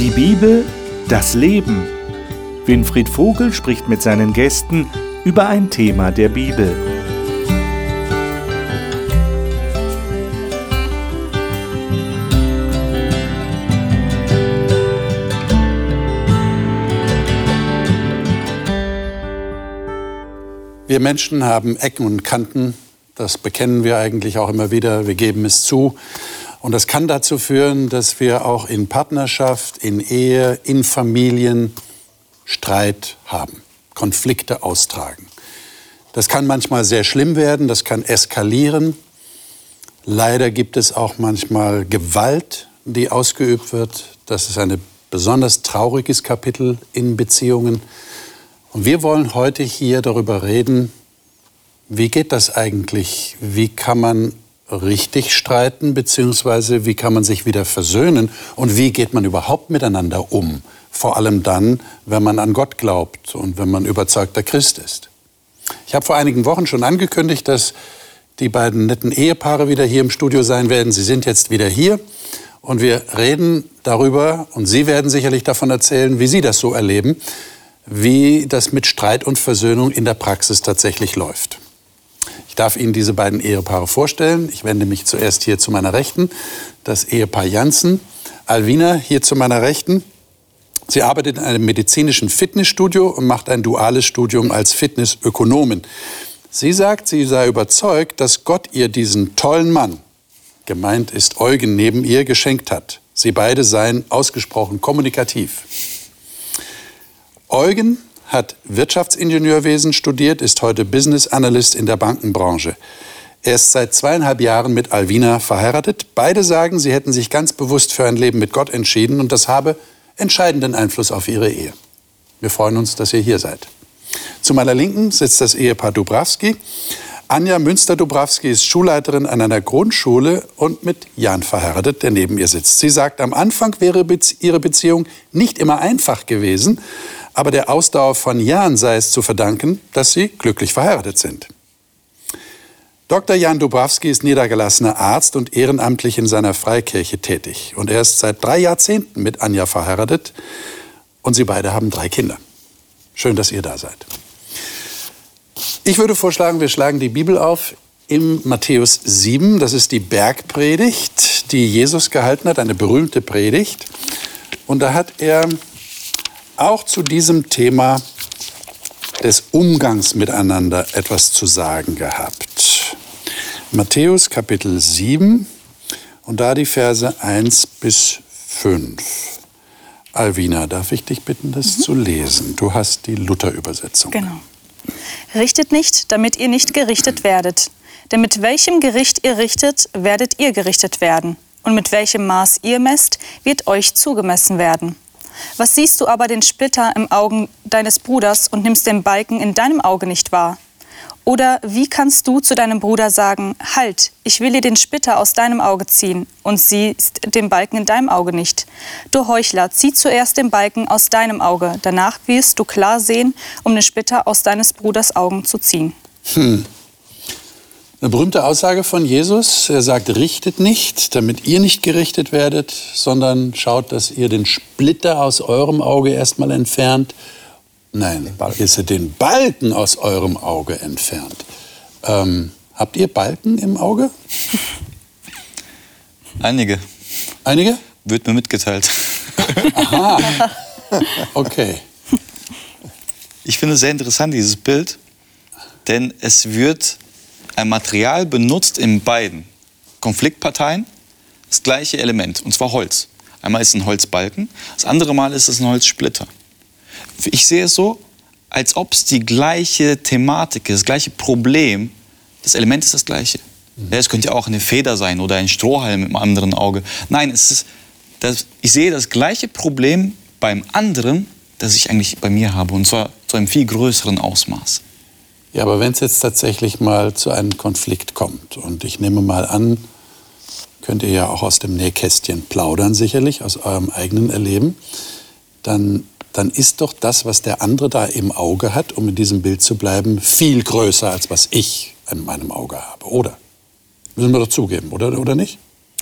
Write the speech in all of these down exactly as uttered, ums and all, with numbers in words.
Die Bibel, das Leben. Winfried Vogel spricht mit seinen Gästen über ein Thema der Bibel. Wir Menschen haben Ecken und Kanten, das bekennen wir eigentlich auch immer wieder, wir geben es zu. Und das kann dazu führen, dass wir auch in Partnerschaft, in Ehe, in Familien Streit haben, Konflikte austragen. Das kann manchmal sehr schlimm werden, das kann eskalieren. Leider gibt es auch manchmal Gewalt, die ausgeübt wird. Das ist ein besonders trauriges Kapitel in Beziehungen. Und wir wollen heute hier darüber reden, wie geht das eigentlich? Wie kann man richtig streiten, beziehungsweise wie kann man sich wieder versöhnen? Und wie geht man überhaupt miteinander um? Vor allem dann, wenn man an Gott glaubt und wenn man überzeugter Christ ist. Ich habe vor einigen Wochen schon angekündigt, dass die beiden netten Ehepaare wieder hier im Studio sein werden. Sie sind jetzt wieder hier und wir reden darüber, und Sie werden sicherlich davon erzählen, wie Sie das so erleben, wie das mit Streit und Versöhnung in der Praxis tatsächlich läuft. Ich darf Ihnen diese beiden Ehepaare vorstellen. Ich wende mich zuerst hier zu meiner Rechten, das Ehepaar Jansen. Alvina hier zu meiner Rechten. Sie arbeitet in einem medizinischen Fitnessstudio und macht ein duales Studium als Fitnessökonomin. Sie sagt, sie sei überzeugt, dass Gott ihr diesen tollen Mann, gemeint ist Eugen neben ihr, geschenkt hat. Sie beide seien ausgesprochen kommunikativ. Eugen hat Wirtschaftsingenieurwesen studiert, ist heute Business Analyst in der Bankenbranche. Er ist seit zweieinhalb Jahren mit Alvina verheiratet. Beide sagen, sie hätten sich ganz bewusst für ein Leben mit Gott entschieden und das habe entscheidenden Einfluss auf ihre Ehe. Wir freuen uns, dass ihr hier seid. Zu meiner Linken sitzt das Ehepaar Dubravsky. Anja Münster-Dubravsky ist Schulleiterin an einer Grundschule und mit Jan verheiratet, der neben ihr sitzt. Sie sagt, am Anfang wäre ihre Beziehung nicht immer einfach gewesen, aber der Ausdauer von Jan sei es zu verdanken, dass sie glücklich verheiratet sind. Doktor Jan Dubravsky ist niedergelassener Arzt und ehrenamtlich in seiner Freikirche tätig. Und er ist seit drei Jahrzehnten mit Anja verheiratet und sie beide haben drei Kinder. Schön, dass ihr da seid. Ich würde vorschlagen, wir schlagen die Bibel auf im Matthäus sieben. Das ist die Bergpredigt, die Jesus gehalten hat, eine berühmte Predigt. Und da hat er auch zu diesem Thema des Umgangs miteinander etwas zu sagen gehabt. Matthäus Kapitel sieben und da die Verse eins bis fünf. Alvina, darf ich dich bitten, das mhm. zu lesen? Du hast die Luther-Übersetzung. Genau. Richtet nicht, damit ihr nicht gerichtet werdet. Denn mit welchem Gericht ihr richtet, werdet ihr gerichtet werden. Und mit welchem Maß ihr messt, wird euch zugemessen werden. Was siehst du aber den Splitter im Auge deines Bruders und nimmst den Balken in deinem Auge nicht wahr? Oder wie kannst du zu deinem Bruder sagen, halt, ich will dir den Splitter aus deinem Auge ziehen und siehst den Balken in deinem Auge nicht? Du Heuchler, zieh zuerst den Balken aus deinem Auge, danach wirst du klar sehen, um den Splitter aus deines Bruders Augen zu ziehen. Hm. Eine berühmte Aussage von Jesus. Er sagt, richtet nicht, damit ihr nicht gerichtet werdet, sondern schaut, dass ihr den Splitter aus eurem Auge erstmal entfernt. Nein, dass ihr den Balken aus eurem Auge entfernt. Ähm, habt ihr Balken im Auge? Einige. Einige? Wird mir mitgeteilt. Aha, okay. Ich finde es sehr interessant, dieses Bild, denn es wird ein Material benutzt in beiden Konfliktparteien, das gleiche Element, und zwar Holz. Einmal ist es ein Holzbalken, das andere Mal ist es ein Holzsplitter. Ich sehe es so, als ob es die gleiche Thematik ist, das gleiche Problem. Das Element ist das gleiche. Mhm. Ja, es könnte ja auch eine Feder sein oder ein Strohhalm mit einem anderen Auge. Nein, es ist das, ich sehe das gleiche Problem beim anderen, das ich eigentlich bei mir habe, und zwar zu einem viel größeren Ausmaß. Ja, aber wenn es jetzt tatsächlich mal zu einem Konflikt kommt, und ich nehme mal an, könnt ihr ja auch aus dem Nähkästchen plaudern, sicherlich, aus eurem eigenen Erleben, dann, dann ist doch das, was der andere da im Auge hat, um in diesem Bild zu bleiben, viel größer, als was ich in meinem Auge habe, oder? Müssen wir doch zugeben, oder, oder nicht?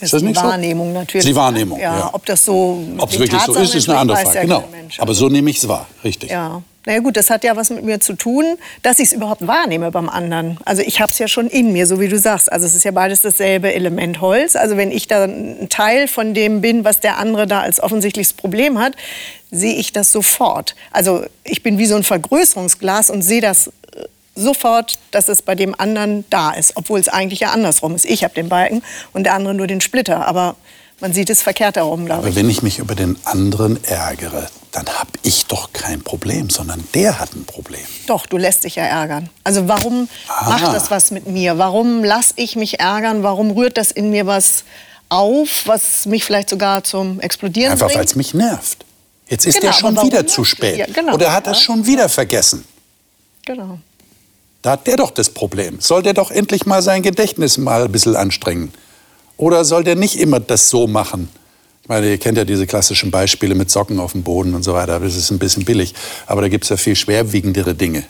Das ist das nicht die Wahrnehmung so? Natürlich. Die Wahrnehmung, ja. ja. Ob das so Ob es wirklich so ist, ist eine andere Frage. Ja, genau. Aber so nehme ich es wahr, richtig. Ja. Na ja, gut, das hat ja was mit mir zu tun, dass ich es überhaupt wahrnehme beim anderen. Also ich habe es ja schon in mir, so wie du sagst. Also es ist ja beides dasselbe Element Holz. Also wenn ich da ein Teil von dem bin, was der andere da als offensichtliches Problem hat, sehe ich das sofort. Also ich bin wie so ein Vergrößerungsglas und sehe das sofort, dass es bei dem anderen da ist. Obwohl es eigentlich ja andersrum ist. Ich habe den Balken und der andere nur den Splitter. Aber man sieht es verkehrt herum, glaube ich. Aber wenn ich mich über den anderen ärgere, dann habe ich doch kein Problem, sondern der hat ein Problem. Doch, du lässt dich ja ärgern. Also warum ah. macht das was mit mir? Warum lasse ich mich ärgern? Warum rührt das in mir was auf, was mich vielleicht sogar zum Explodieren Einfach, bringt? Einfach, weil es mich nervt. Jetzt ist genau, der schon wieder zu spät. Ja, genau, Oder hat er ja. schon wieder vergessen. Genau. Da hat der doch das Problem. Soll der doch endlich mal sein Gedächtnis mal ein bisschen anstrengen? Oder soll der nicht immer das so machen? Ich meine, ihr kennt ja diese klassischen Beispiele mit Socken auf dem Boden und so weiter. Das ist ein bisschen billig. Aber da gibt es ja viel schwerwiegendere Dinge.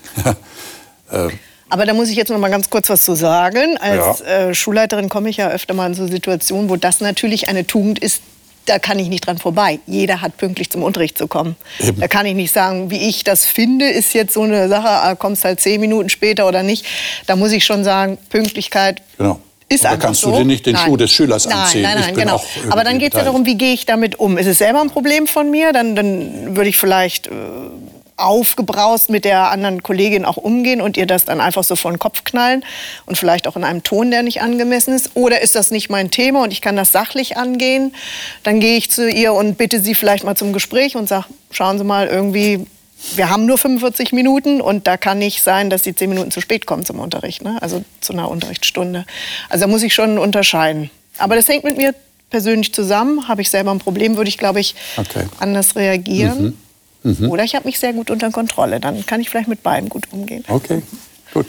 äh, Aber da muss ich jetzt noch mal ganz kurz was zu sagen. Als ja. äh, Schulleiterin komme ich ja öfter mal in so Situationen, wo das natürlich eine Tugend ist, da kann ich nicht dran vorbei. Jeder hat pünktlich zum Unterricht zu kommen. Eben. Da kann ich nicht sagen, wie ich das finde, ist jetzt so eine Sache, kommst halt zehn Minuten später oder nicht. Da muss ich schon sagen, Pünktlichkeit genau. ist da einfach kannst so. du dir nicht den nein. Schuh des Schülers nein, anziehen. Nein, nein, ich bin genau. auch Aber dann geht es ja darum, wie gehe ich damit um? Ist es selber ein Problem von mir? Dann, dann würde ich vielleicht äh, aufgebraust mit der anderen Kollegin auch umgehen und ihr das dann einfach so vor den Kopf knallen und vielleicht auch in einem Ton, der nicht angemessen ist. Oder ist das nicht mein Thema und ich kann das sachlich angehen? Dann gehe ich zu ihr und bitte sie vielleicht mal zum Gespräch und sage, schauen Sie mal, irgendwie, wir haben nur fünfundvierzig Minuten und da kann nicht sein, dass Sie zehn Minuten zu spät kommen zum Unterricht, ne? Also zu einer Unterrichtsstunde. Also da muss ich schon unterscheiden. Aber das hängt mit mir persönlich zusammen. Habe ich selber ein Problem, würde ich, glaube ich, okay. anders reagieren. Mhm. Mhm. Oder ich habe mich sehr gut unter Kontrolle. Dann kann ich vielleicht mit beiden gut umgehen. Okay, gut.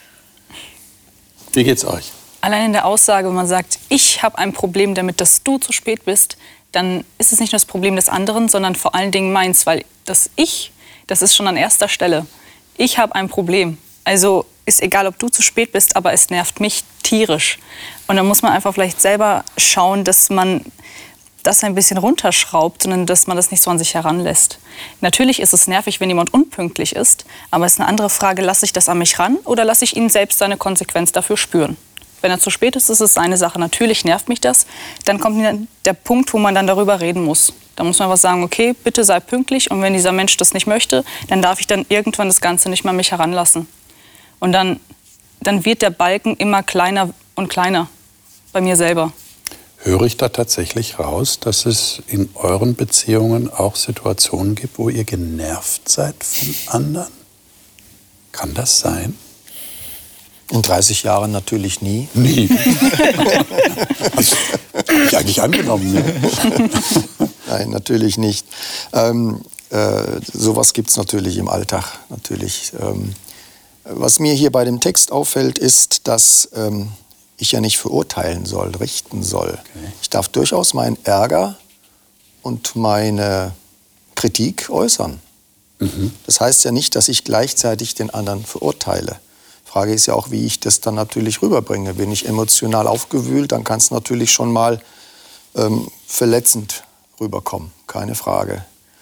Wie geht's euch? Allein in der Aussage, wenn man sagt, ich habe ein Problem damit, dass du zu spät bist, dann ist es nicht nur das Problem des anderen, sondern vor allen Dingen meins. Weil das Ich, das ist schon an erster Stelle. Ich habe ein Problem. Also ist egal, ob du zu spät bist, aber es nervt mich tierisch. Und dann muss man einfach vielleicht selber schauen, dass man das ein bisschen runterschraubt, sondern dass man das nicht so an sich heranlässt. Natürlich ist es nervig, wenn jemand unpünktlich ist, aber es ist eine andere Frage, lasse ich das an mich ran oder lasse ich ihn selbst seine Konsequenz dafür spüren? Wenn er zu spät ist, ist es seine Sache. Natürlich nervt mich das. Dann kommt der Punkt, wo man dann darüber reden muss. Da muss man einfach sagen, okay, bitte sei pünktlich und wenn dieser Mensch das nicht möchte, dann darf ich dann irgendwann das Ganze nicht mehr an mich heranlassen. Und dann, dann wird der Balken immer kleiner und kleiner bei mir selber. Höre ich da tatsächlich raus, dass es in euren Beziehungen auch Situationen gibt, wo ihr genervt seid von anderen? Kann das sein? In dreißig Jahren natürlich nie. Nie. Das habe ich eigentlich angenommen. Ne? Nein, natürlich nicht. Ähm, äh, sowas gibt es natürlich im Alltag. Natürlich. Ähm, was mir hier bei dem Text auffällt, ist, dass ähm, ich ja nicht verurteilen soll, richten soll. Okay. Ich darf durchaus meinen Ärger und meine Kritik äußern. Mhm. Das heißt ja nicht, dass ich gleichzeitig den anderen verurteile. Die Frage ist ja auch, wie ich das dann natürlich rüberbringe. Bin ich emotional aufgewühlt, dann kann es natürlich schon mal ähm, verletzend rüberkommen, keine Frage.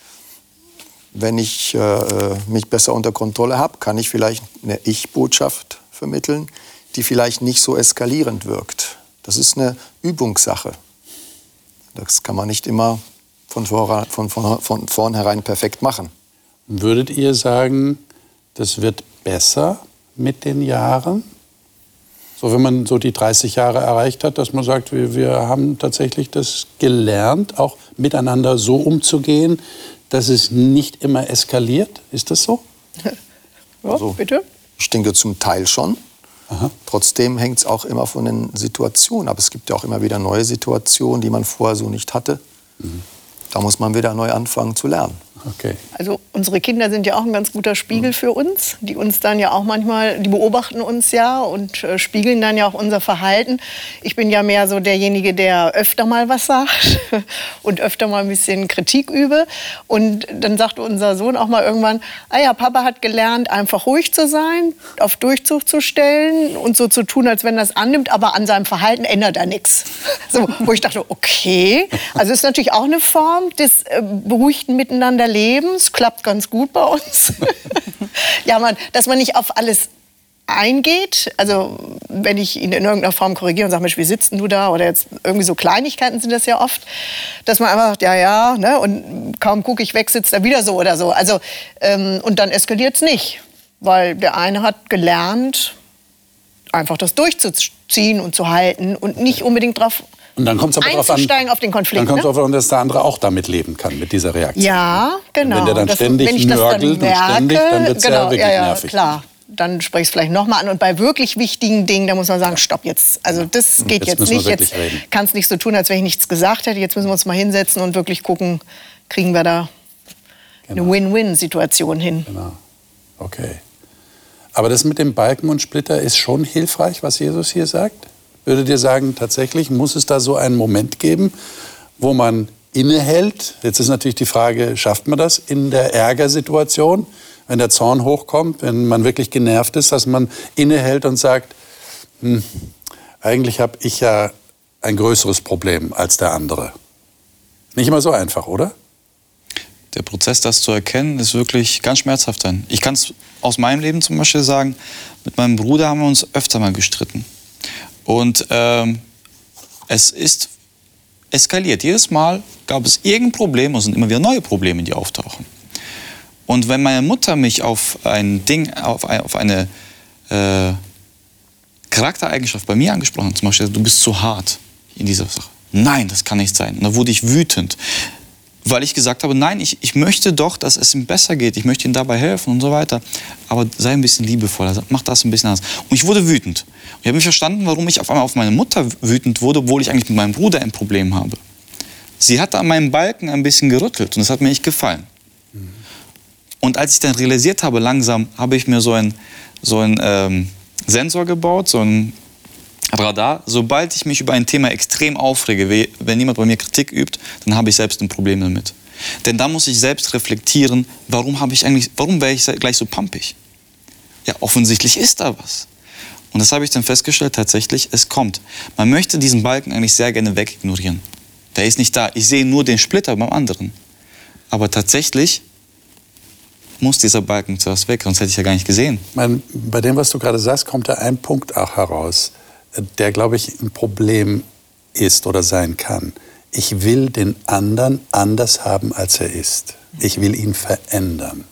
Wenn ich äh, mich besser unter Kontrolle habe, kann ich vielleicht eine Ich-Botschaft vermitteln, die vielleicht nicht so eskalierend wirkt. Das ist eine Übungssache. Das kann man nicht immer von, vor, von, von, von vornherein perfekt machen. Würdet ihr sagen, das wird besser mit den Jahren? So, wenn man so die dreißig Jahre erreicht hat, dass man sagt, wir, wir haben tatsächlich das gelernt, auch miteinander so umzugehen, dass es nicht immer eskaliert. Ist das so? Ja, also, bitte? Ich denke zum Teil schon. Aha. Trotzdem hängt es auch immer von den Situationen ab. Es gibt ja auch immer wieder neue Situationen, die man vorher so nicht hatte. Mhm. Da muss man wieder neu anfangen zu lernen. Okay. Also unsere Kinder sind ja auch ein ganz guter Spiegel für uns, die uns dann ja auch manchmal, die beobachten uns ja und äh, spiegeln dann ja auch unser Verhalten. Ich bin ja mehr so derjenige, der öfter mal was sagt und öfter mal ein bisschen Kritik übe. Und dann sagt unser Sohn auch mal irgendwann, ah ja, Papa hat gelernt, einfach ruhig zu sein, auf Durchzug zu stellen und so zu tun, als wenn er es annimmt, aber an seinem Verhalten ändert er nichts. So, wo ich dachte, okay, also ist natürlich auch eine Form des äh, beruhigten Miteinander Lebens, klappt ganz gut bei uns. Ja, man, dass man nicht auf alles eingeht, also wenn ich ihn in irgendeiner Form korrigiere und sage, Mensch, wie sitzt denn du da? Oder jetzt irgendwie so Kleinigkeiten sind das ja oft, dass man einfach sagt, ja, ja, ne? Und kaum gucke ich weg, sitzt er wieder so oder so. Also, ähm, und dann eskaliert es nicht, weil der eine hat gelernt, einfach das durchzuziehen und zu halten und nicht unbedingt drauf Und dann kommt es aber darauf an, einzusteigen auf den Konflikt. Dann kommt es ne? darauf an, dass der andere auch damit leben kann, mit dieser Reaktion. Ja, genau. Und wenn der dann das, ständig wenn ich das dann nörgelt merke, und ständig, dann wird es genau, ja wirklich ja, ja, nervig. Klar. Dann spreche ich es vielleicht nochmal an. Und bei wirklich wichtigen Dingen, da muss man sagen, stopp jetzt. Also das geht Jetzt jetzt, müssen wir nicht. wirklich Jetzt reden. kann es nicht so tun, als wenn ich nichts gesagt hätte. Jetzt müssen wir uns mal hinsetzen und wirklich gucken, kriegen wir da Genau. eine Win-Win-Situation hin. Genau. Okay. Aber das mit dem Balken und Splitter ist schon hilfreich, was Jesus hier sagt? Würdet ihr sagen, tatsächlich muss es da so einen Moment geben, wo man innehält? Jetzt ist natürlich die Frage, schafft man das in der Ärgersituation, wenn der Zorn hochkommt, wenn man wirklich genervt ist, dass man innehält und sagt, hm, eigentlich habe ich ja ein größeres Problem als der andere. Nicht immer so einfach, oder? Der Prozess, das zu erkennen, ist wirklich ganz schmerzhaft dann. Ich kann es aus meinem Leben zum Beispiel sagen, mit meinem Bruder haben wir uns öfter mal gestritten. Und ähm, es ist eskaliert. Jedes Mal gab es irgendein Problem und es sind immer wieder neue Probleme, die auftauchen. Und wenn meine Mutter mich auf ein Ding, auf, ein, auf eine äh, Charaktereigenschaft bei mir angesprochen hat, zum Beispiel, du bist zu hart in dieser Sache. Nein, das kann nicht sein. Und da wurde ich wütend, weil ich gesagt habe, nein, ich, ich möchte doch, dass es ihm besser geht. Ich möchte ihm dabei helfen und so weiter. Aber sei ein bisschen liebevoller, mach das ein bisschen anders. Und ich wurde wütend. Und ich habe nicht verstanden, warum ich auf einmal auf meine Mutter wütend wurde, obwohl ich eigentlich mit meinem Bruder ein Problem habe. Sie hat an meinem Balken ein bisschen gerüttelt und das hat mir nicht gefallen. Mhm. Und als ich dann realisiert habe, langsam, habe ich mir so einen so ein, ähm, Sensor gebaut, so ein Radar. Sobald ich mich über ein Thema extrem aufrege, wenn jemand bei mir Kritik übt, dann habe ich selbst ein Problem damit. Denn da muss ich selbst reflektieren, warum habe ich eigentlich, warum wäre ich gleich so pampig? Ja, offensichtlich ist da was. Und das habe ich dann festgestellt, tatsächlich, es kommt. Man möchte diesen Balken eigentlich sehr gerne wegignorieren. Der ist nicht da. Ich sehe nur den Splitter beim anderen. Aber tatsächlich muss dieser Balken zuerst weg, sonst hätte ich ja gar nicht gesehen. Mein, bei dem, was du gerade sagst, kommt da ein Punkt auch heraus, der, glaube ich, ein Problem ist oder sein kann. Ich will den anderen anders haben, als er ist. Ich will ihn verändern.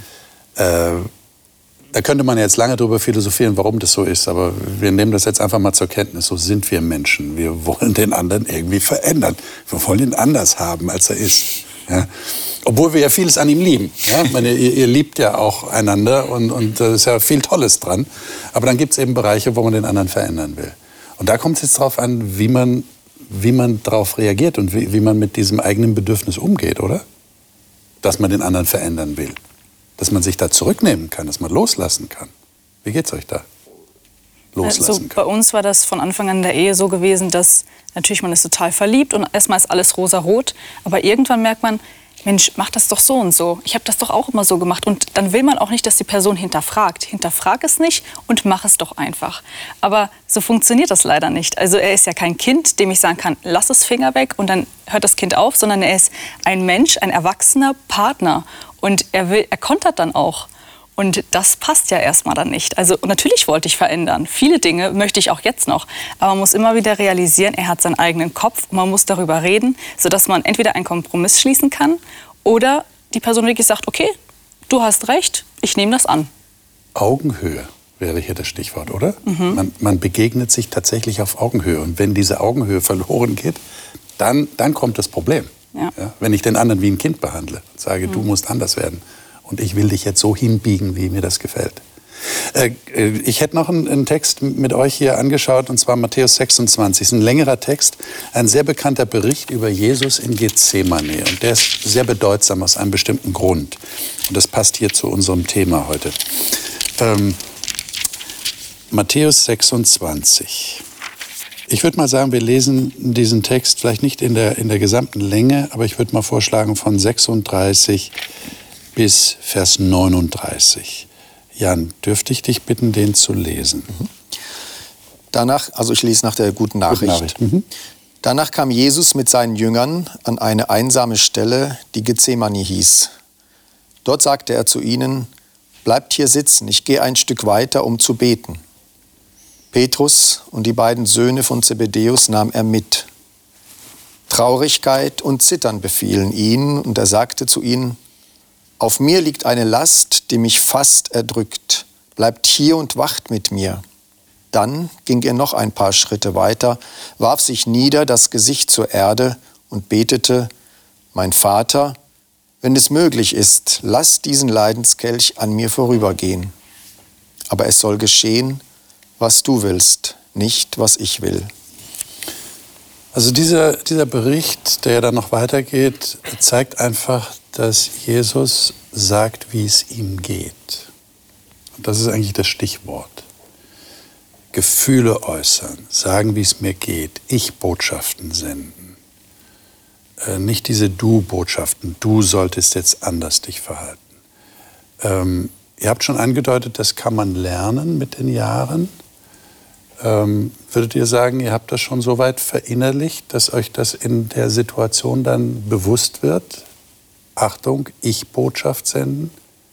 Äh, da könnte man jetzt lange darüber philosophieren, warum das so ist, aber wir nehmen das jetzt einfach mal zur Kenntnis. So sind wir Menschen. Wir wollen den anderen irgendwie verändern. Wir wollen ihn anders haben, als er ist. Ja? Obwohl wir ja vieles an ihm lieben. Ja? Ich meine, ihr, ihr liebt ja auch einander und, und da ist ja viel Tolles dran. Aber dann gibt es eben Bereiche, wo man den anderen verändern will. Und da kommt es jetzt darauf an, wie man, wie man darauf reagiert und wie, wie man mit diesem eigenen Bedürfnis umgeht, oder? Dass man den anderen verändern will. Dass man sich da zurücknehmen kann, dass man loslassen kann. Wie geht's euch da? Loslassen also, kann. Bei uns war das von Anfang an in der Ehe so gewesen, dass natürlich man ist total verliebt und erstmal ist alles rosarot. Aber irgendwann merkt man, Mensch, mach das doch so und so. Ich habe das doch auch immer so gemacht. Und dann will man auch nicht, dass die Person hinterfragt. Hinterfrag es nicht und mach es doch einfach. Aber so funktioniert das leider nicht. Also er ist ja kein Kind, dem ich sagen kann, lass es Finger weg und dann hört das Kind auf, sondern er ist ein Mensch, ein erwachsener Partner. Und er will, er kontert dann auch. Und das passt ja erstmal dann nicht. Also natürlich wollte ich verändern. Viele Dinge möchte ich auch jetzt noch. Aber man muss immer wieder realisieren, er hat seinen eigenen Kopf. Und man muss darüber reden, sodass man entweder einen Kompromiss schließen kann oder die Person wirklich sagt, okay, du hast recht, ich nehme das an. Augenhöhe wäre hier das Stichwort, oder? Mhm. Man, man begegnet sich tatsächlich auf Augenhöhe. Und wenn diese Augenhöhe verloren geht, dann, dann kommt das Problem. Ja. Ja, wenn ich den anderen wie ein Kind behandle und sage, mhm. du musst anders werden. Und ich will dich jetzt so hinbiegen, wie mir das gefällt. Äh, ich hätte noch einen, einen Text mit euch hier angeschaut, und zwar Matthäus sechsundzwanzig. Das ist ein längerer Text, ein sehr bekannter Bericht über Jesus in Gethsemane. Und der ist sehr bedeutsam aus einem bestimmten Grund. Und das passt hier zu unserem Thema heute. Ähm, Matthäus sechsundzwanzig. Ich würde mal sagen, wir lesen diesen Text vielleicht nicht in der, in der gesamten Länge, aber ich würde mal vorschlagen von sechsunddreißig bis Vers neununddreißig. Jan, dürfte ich dich bitten, den zu lesen? Danach, also ich lese nach der guten Nachricht. Gute Nachricht. Mhm. Danach kam Jesus mit seinen Jüngern an eine einsame Stelle, die Gethsemane hieß. Dort sagte er zu ihnen: Bleibt hier sitzen, ich gehe ein Stück weiter, um zu beten. Petrus und die beiden Söhne von Zebedäus nahm er mit. Traurigkeit und Zittern befielen ihn, und er sagte zu ihnen: Auf mir liegt eine Last, die mich fast erdrückt. Bleibt hier und wacht mit mir. Dann ging er noch ein paar Schritte weiter, warf sich nieder, das Gesicht zur Erde und betete: Mein Vater, wenn es möglich ist, lass diesen Leidenskelch an mir vorübergehen. Aber es soll geschehen, was du willst, nicht was ich will. Also dieser, dieser Bericht, der dann noch weitergeht, zeigt einfach, dass Jesus sagt, wie es ihm geht. Und das ist eigentlich das Stichwort. Gefühle äußern, sagen, wie es mir geht, Ich-Botschaften senden. Äh, nicht diese Du-Botschaften, du solltest jetzt anders dich verhalten. Ähm, ihr habt schon angedeutet, das kann man lernen mit den Jahren. Ähm, würdet ihr sagen, ihr habt das schon so weit verinnerlicht, dass euch das in der Situation dann bewusst wird? Achtung, Ich-Botschaft senden.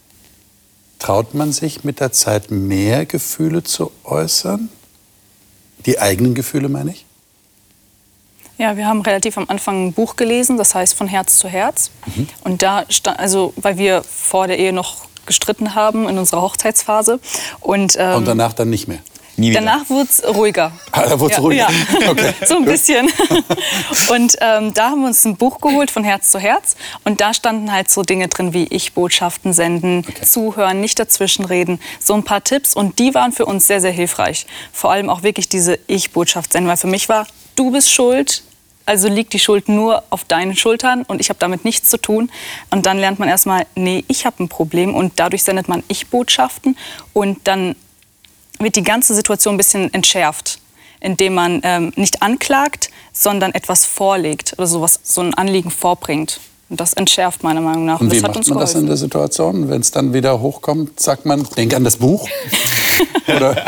Traut man sich mit der Zeit mehr Gefühle zu äußern? Die eigenen Gefühle, meine ich? Ja, wir haben relativ am Anfang ein Buch gelesen, das heißt Von Herz zu Herz. Mhm. Und da stand, also weil wir vor der Ehe noch gestritten haben in unserer Hochzeitsphase. Und, ähm, Und danach dann nicht mehr? Danach wurde es ruhiger. Ah, da wurde es ja, ruhiger? Ja, okay. so ein bisschen. Und ähm, da haben wir uns ein Buch geholt, Von Herz zu Herz. Und da standen halt so Dinge drin wie Ich-Botschaften senden, okay. Zuhören, nicht dazwischenreden. So ein paar Tipps. Und die waren für uns sehr, sehr hilfreich. Vor allem auch wirklich diese Ich-Botschaft senden. Weil für mich war, du bist schuld, also liegt die Schuld nur auf deinen Schultern und ich habe damit nichts zu tun. Und dann lernt man erstmal, nee, ich habe ein Problem. Und dadurch sendet man Ich-Botschaften. Und dann wird die ganze Situation ein bisschen entschärft, indem man ähm, nicht anklagt, sondern etwas vorlegt oder sowas, so ein Anliegen vorbringt. Und das entschärft meiner Meinung nach. Und, Und wie das hat macht uns man geholfen. das in der Situation? Wenn es dann wieder hochkommt, sagt man, denk an das Buch? Oder?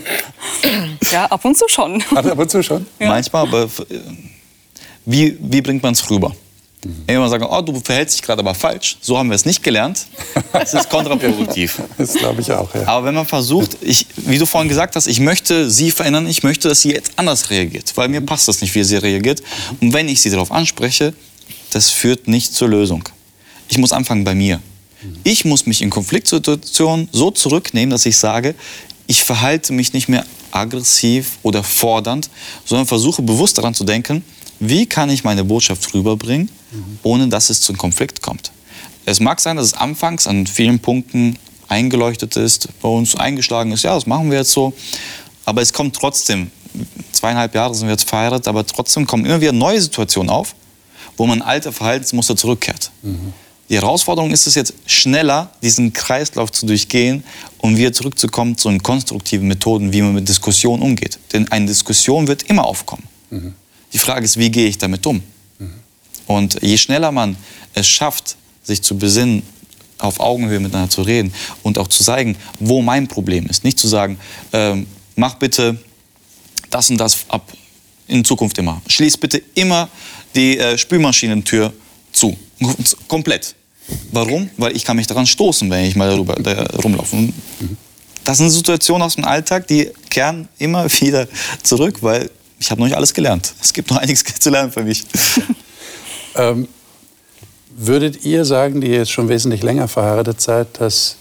Ja, ab und zu schon. Ab und zu schon? Ja. Manchmal, aber wie, wie bringt man es rüber? Mhm. Wenn man sagt, oh, du verhältst dich gerade aber falsch, so haben wir es nicht gelernt, das ist kontraproduktiv. Das glaube ich auch, ja. Aber wenn man versucht, ich, wie du vorhin gesagt hast, ich möchte sie verändern, ich möchte, dass sie jetzt anders reagiert, weil mir passt das nicht, wie sie reagiert. Und wenn ich sie darauf anspreche, das führt nicht zur Lösung. Ich muss anfangen bei mir. Ich muss mich in Konfliktsituationen so zurücknehmen, dass ich sage, ich verhalte mich nicht mehr aggressiv oder fordernd, sondern versuche bewusst daran zu denken, wie kann ich meine Botschaft rüberbringen, ohne dass es zum Konflikt kommt. Es mag sein, dass es anfangs an vielen Punkten eingeleuchtet ist, bei uns eingeschlagen ist, ja, das machen wir jetzt so. Aber es kommt trotzdem, zweieinhalb Jahre sind wir jetzt verheiratet, aber trotzdem kommen immer wieder neue Situationen auf, wo man alte Verhaltensmuster zurückkehrt. Mhm. Die Herausforderung ist es jetzt, schneller diesen Kreislauf zu durchgehen und wieder zurückzukommen zu den konstruktiven Methoden, wie man mit Diskussionen umgeht. Denn eine Diskussion wird immer aufkommen. Mhm. Die Frage ist, wie gehe ich damit um? Mhm. Und je schneller man es schafft, sich zu besinnen, auf Augenhöhe miteinander zu reden und auch zu zeigen, wo mein Problem ist. Nicht zu sagen, ähm, mach bitte das und das ab in Zukunft immer. Schließ bitte immer die äh, Spülmaschinentür zu. Komplett. Warum? Weil ich kann mich daran stoßen, wenn ich mal darüber da rumlaufe. Und das sind Situationen aus dem Alltag, die kehren immer wieder zurück, weil ich habe noch nicht alles gelernt. Es gibt noch einiges zu lernen für mich. Ähm, würdet ihr sagen, die ihr jetzt schon wesentlich länger verheiratet seid, dass,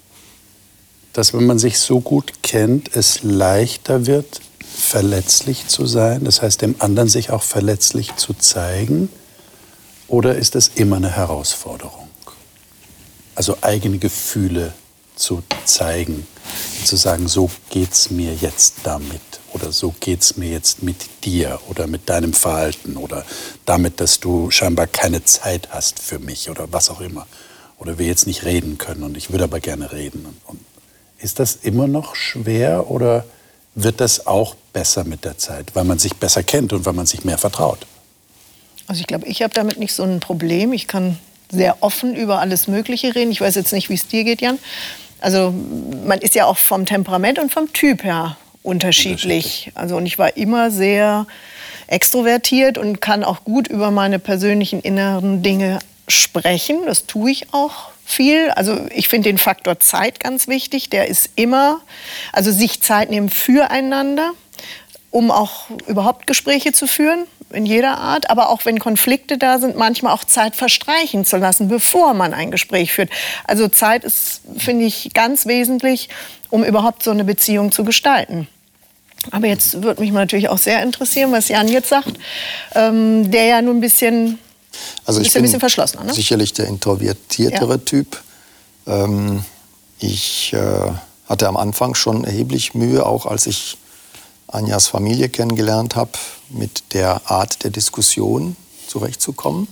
dass wenn man sich so gut kennt, es leichter wird, verletzlich zu sein? Das heißt, dem anderen sich auch verletzlich zu zeigen? Oder ist das immer eine Herausforderung? Also eigene Gefühle zu zeigen. zu sagen, so geht's mir jetzt damit oder so geht's mir jetzt mit dir oder mit deinem Verhalten oder damit, dass du scheinbar keine Zeit hast für mich oder was auch immer. Oder wir jetzt nicht reden können und ich würde aber gerne reden. Und ist das immer noch schwer oder wird das auch besser mit der Zeit, weil man sich besser kennt und weil man sich mehr vertraut? Also ich glaube, ich habe damit nicht so ein Problem. Ich kann sehr offen über alles Mögliche reden. Ich weiß jetzt nicht, wie es dir geht, Jan. Also man ist ja auch vom Temperament und vom Typ her unterschiedlich. Also und ich war immer sehr extrovertiert und kann auch gut über meine persönlichen inneren Dinge sprechen. Das tue ich auch viel. Also ich finde den Faktor Zeit ganz wichtig. Der ist immer, also sich Zeit nehmen füreinander, um auch überhaupt Gespräche zu führen, in jeder Art. Aber auch wenn Konflikte da sind, manchmal auch Zeit verstreichen zu lassen, bevor man ein Gespräch führt. Also Zeit ist, finde ich, ganz wesentlich, um überhaupt so eine Beziehung zu gestalten. Aber jetzt würde mich natürlich auch sehr interessieren, was Jan jetzt sagt, ähm, der ja nun ein bisschen... Also ich ist ein bin bisschen verschlossener, ne? sicherlich der introvertiertere Ja. Typ. Ähm, ich äh, hatte am Anfang schon erheblich Mühe, auch als ich Anjas Familie kennengelernt habe, mit der Art der Diskussion zurechtzukommen.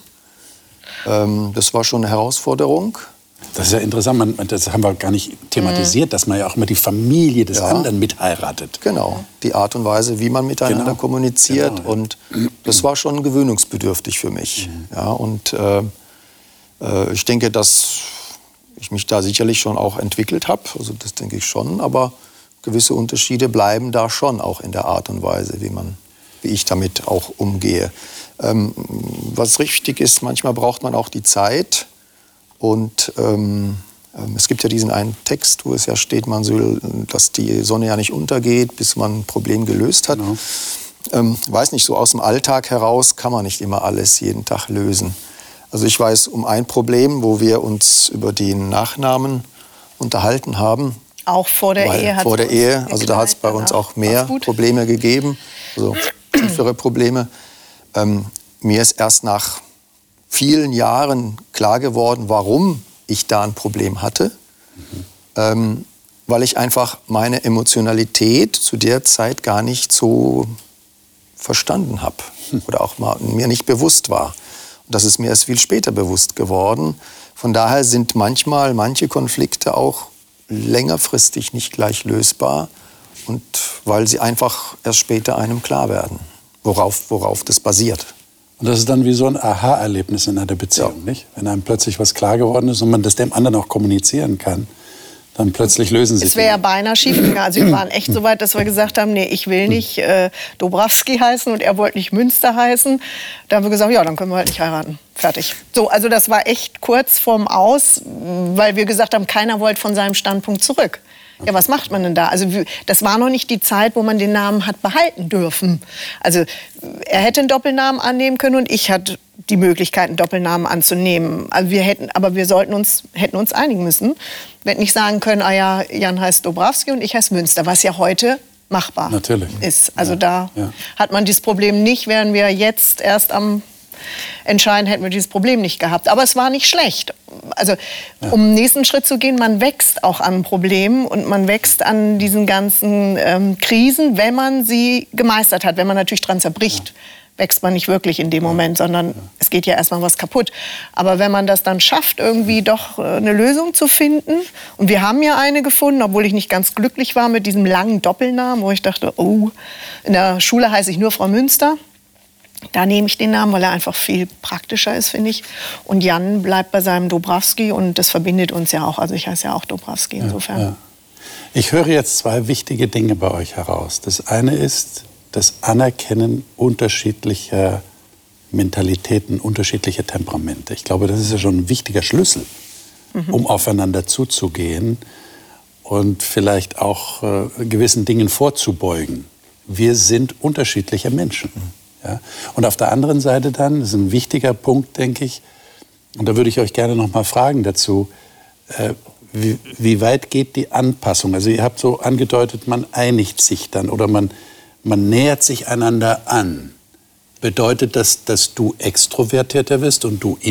Ähm, das war schon eine Herausforderung. Das ist ja interessant, man, das haben wir gar nicht thematisiert, mhm. dass man ja auch immer die Familie des Ja. anderen mitheiratet. Genau, die Art und Weise, wie man miteinander Genau. kommuniziert. Genau, ja. Und das war schon gewöhnungsbedürftig für mich. Mhm. Ja, und äh, äh, ich denke, dass ich mich da sicherlich schon auch entwickelt habe. Also das denke ich schon. Aber gewisse Unterschiede bleiben da schon auch in der Art und Weise, wie man, wie ich damit auch umgehe. Ähm, was richtig ist, manchmal braucht man auch die Zeit. Und ähm, es gibt ja diesen einen Text, wo es ja steht, man soll, dass die Sonne ja nicht untergeht, bis man ein Problem gelöst hat. Genau. Ähm, weiß nicht, so aus dem Alltag heraus kann man nicht immer alles jeden Tag lösen. Also ich weiß um ein Problem, wo wir uns über den Nachnamen unterhalten haben. Auch vor der Weil Ehe hat vor der Ehe, also da hat es bei uns danach. auch mehr War's gut? Probleme gegeben, also tiefere Probleme. Ähm, mir ist erst nach vielen Jahren klar geworden, warum ich da ein Problem hatte. Mhm. Ähm, weil ich einfach meine Emotionalität zu der Zeit gar nicht so verstanden habe hm. oder auch mal mir nicht bewusst war. Und das ist mir erst viel später bewusst geworden. Von daher sind manchmal manche Konflikte auch längerfristig nicht gleich lösbar, und weil sie einfach erst später einem klar werden, worauf, worauf das basiert. Und das ist dann wie so ein Aha-Erlebnis in einer Beziehung, Ja. nicht? Wenn einem plötzlich was klar geworden ist und man das dem anderen auch kommunizieren kann, dann plötzlich lösen sich Es wäre ja Dinge. beinahe schiefgegangen. Also wir waren echt so weit, dass wir gesagt haben, nee, ich will nicht äh, Dobrowski heißen und er wollte nicht Münster heißen. Da haben wir gesagt, ja, dann können wir halt nicht heiraten. Fertig. So, also das war echt kurz vorm Aus, weil wir gesagt haben, keiner wollte von seinem Standpunkt zurück. Ja, was macht man denn da? Also das war noch nicht die Zeit, wo man den Namen hat behalten dürfen. Also er hätte einen Doppelnamen annehmen können und ich hatte die Möglichkeit, einen Doppelnamen anzunehmen. Also wir hätten, aber wir sollten uns, hätten uns einigen müssen. Wir hätten nicht sagen können, ah ja, Jan heißt Dobrowski und ich heiße Münster, was ja heute machbar Natürlich. ist. Also Ja, da ja. hat man dieses Problem nicht, wären wir jetzt erst am entscheiden, hätten wir dieses Problem nicht gehabt. Aber es war nicht schlecht. Also Ja. um den nächsten Schritt zu gehen, man wächst auch an Problemen und man wächst an diesen ganzen ähm, Krisen, wenn man sie gemeistert hat. Wenn man natürlich dran zerbricht, ja. wächst man nicht wirklich in dem Moment, sondern ja. es geht ja erstmal was kaputt. Aber wenn man das dann schafft, irgendwie doch äh, eine Lösung zu finden, und wir haben ja eine gefunden, obwohl ich nicht ganz glücklich war mit diesem langen Doppelnamen, wo ich dachte, oh, in der Schule heiße ich nur Frau Münster. Da nehme ich den Namen, weil er einfach viel praktischer ist, finde ich. Und Jan bleibt bei seinem Dobrowski und das verbindet uns ja auch. Also ich heiße ja auch Dobrowski insofern. Ja, ja. Ich höre jetzt zwei wichtige Dinge bei euch heraus. Das eine ist das Anerkennen unterschiedlicher Mentalitäten, unterschiedlicher Temperamente. Ich glaube, das ist ja schon ein wichtiger Schlüssel, mhm. um aufeinander zuzugehen und vielleicht auch äh, gewissen Dingen vorzubeugen. Wir sind unterschiedliche Menschen. Ja? Und auf der anderen Seite dann, das ist ein wichtiger Punkt, denke ich, und da würde ich euch gerne noch mal fragen dazu, äh, wie, wie weit geht die Anpassung? Also ihr habt so angedeutet, man einigt sich dann oder man, man nähert sich einander an. Bedeutet das, dass du extrovertierter wirst und du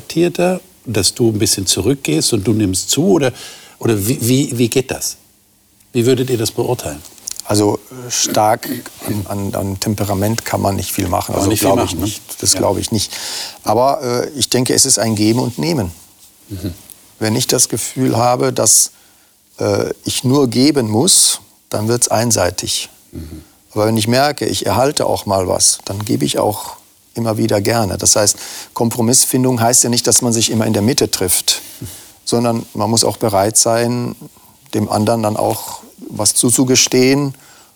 introvertierter, dass du ein bisschen zurückgehst und du nimmst zu? Oder, oder wie, wie, wie geht das? Wie würdet ihr das beurteilen? Also stark an, an, an Temperament kann man nicht viel machen. Also glaube ich nicht. Das ja. glaube ich nicht. Aber äh, ich denke, es ist ein Geben und Nehmen. Mhm. Wenn ich das Gefühl habe, dass äh, ich nur geben muss, dann wird es einseitig. Mhm. Aber wenn ich merke, ich erhalte auch mal was, dann gebe ich auch immer wieder gerne. Das heißt, Kompromissfindung heißt ja nicht, dass man sich immer in der Mitte trifft, mhm. sondern man muss auch bereit sein, dem anderen dann auch was zuzugestehen.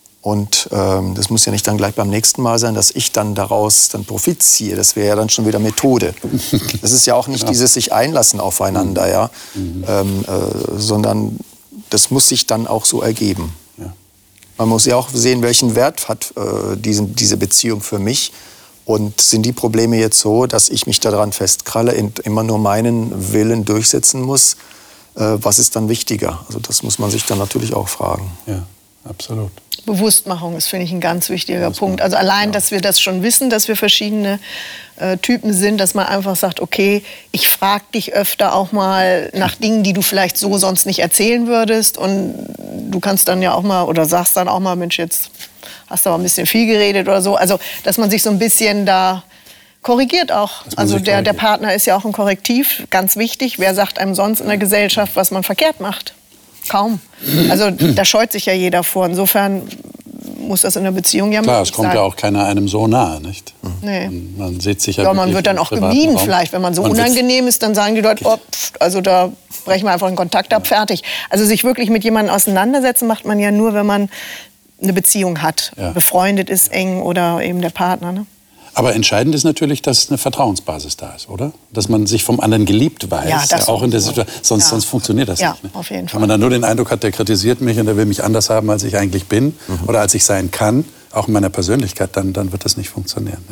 Und ähm, das muss ja nicht dann gleich beim nächsten Mal sein, dass ich dann daraus dann Profit ziehe. Das wäre ja dann schon wieder Methode. Das ist ja auch nicht ja. dieses sich einlassen aufeinander, ja, mhm. ähm, äh, sondern das muss sich dann auch so ergeben. Ja. Man muss ja auch sehen, welchen Wert hat äh, diesen, diese Beziehung für mich. Und sind die Probleme jetzt so, dass ich mich daran festkralle, immer nur meinen Willen durchsetzen muss? Was ist dann wichtiger? Also das muss man sich dann natürlich auch fragen. Ja, absolut. Bewusstmachung ist, finde ich, ein ganz wichtiger Punkt. Also allein, ja. dass wir das schon wissen, dass wir verschiedene äh, Typen sind, dass man einfach sagt, okay, ich frage dich öfter auch mal nach Dingen, die du vielleicht so sonst nicht erzählen würdest. Und du kannst dann ja auch mal oder sagst dann auch mal, Mensch, jetzt hast du aber ein bisschen viel geredet oder so. Also, dass man sich so ein bisschen da korrigiert auch. Also der, der Partner ist ja auch ein Korrektiv, ganz wichtig. Wer sagt einem sonst in der Gesellschaft, was man verkehrt macht? Kaum. Also da scheut sich ja jeder vor. Insofern muss das in der Beziehung ja klar, möglich sein. Klar, es kommt sein. ja auch keiner einem so nahe, nicht? Nee. Man, man sieht sich ja, ja man wird dann auch gemieden vielleicht. Wenn man so man unangenehm ist, dann sagen die Leute, oh, pff, also da brechen wir einfach den Kontakt ab, ja. fertig. Also sich wirklich mit jemandem auseinandersetzen macht man ja nur, wenn man eine Beziehung hat. Ja. Befreundet ist, eng oder eben der Partner, ne? Aber entscheidend ist natürlich, dass eine Vertrauensbasis da ist, oder? Dass man sich vom anderen geliebt weiß, ja, das ja, auch in der Situation. Sonst, ja. sonst funktioniert das ja, nicht. Ne? Auf jeden Fall. Wenn man dann nur den Eindruck hat, der kritisiert mich und der will mich anders haben, als ich eigentlich bin mhm. oder als ich sein kann, auch in meiner Persönlichkeit, dann, dann wird das nicht funktionieren.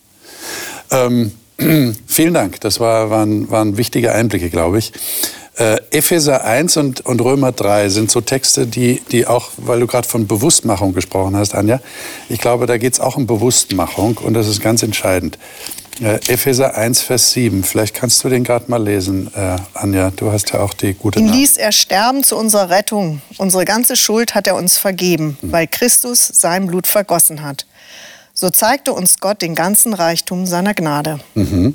Ja. Ähm, vielen Dank, das war, waren, waren wichtige Einblicke, glaube ich. Äh, Epheser eins und, und Römer drei sind so Texte, die, die auch, weil du gerade von Bewusstmachung gesprochen hast, Anja, ich glaube, da geht es auch um Bewusstmachung und das ist ganz entscheidend. Äh, Epheser eins, Vers sieben, vielleicht kannst du den gerade mal lesen, äh, Anja, du hast ja auch die gute Ihn Nachricht. ließ er sterben zu unserer Rettung. Unsere ganze Schuld hat er uns vergeben, mhm. weil Christus sein Blut vergossen hat. So zeigte uns Gott den ganzen Reichtum seiner Gnade. Mhm.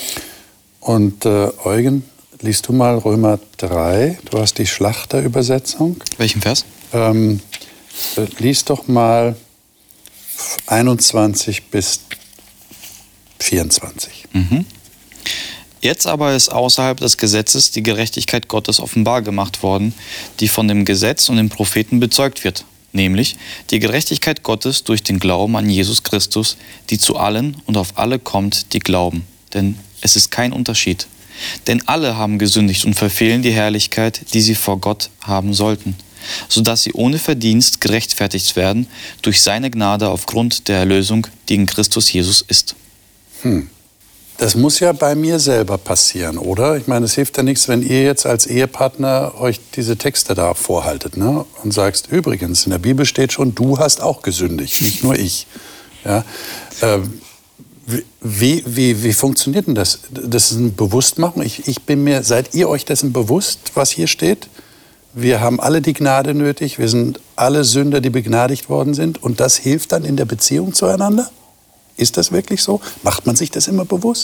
Und äh, Eugen, liest du mal Römer drei, du hast die Schlachterübersetzung. Welchen Vers? Ähm, äh, lies doch mal einundzwanzig bis vierundzwanzig. Mhm. Jetzt aber ist außerhalb des Gesetzes die Gerechtigkeit Gottes offenbar gemacht worden, die von dem Gesetz und den Propheten bezeugt wird, nämlich die Gerechtigkeit Gottes durch den Glauben an Jesus Christus, die zu allen und auf alle kommt, die glauben. Denn es ist kein Unterschied. Denn alle haben gesündigt und verfehlen die Herrlichkeit, die sie vor Gott haben sollten, sodass sie ohne Verdienst gerechtfertigt werden durch seine Gnade aufgrund der Erlösung, die in Christus Jesus ist. Hm. Das muss ja bei mir selber passieren, oder? Ich meine, es hilft ja nichts, wenn ihr jetzt als Ehepartner euch diese Texte da vorhaltet, ne? Und sagst, übrigens, in der Bibel steht schon, du hast auch gesündigt, nicht nur ich. Ja? Ähm, Wie, wie, wie funktioniert denn das? Das ist ein Bewusstmachen. Ich, ich bin mir, seid ihr euch dessen bewusst, was hier steht? Wir haben alle die Gnade nötig. Wir sind alle Sünder, die begnadigt worden sind. Und das hilft dann in der Beziehung zueinander? Ist das wirklich so? Macht man sich das immer bewusst?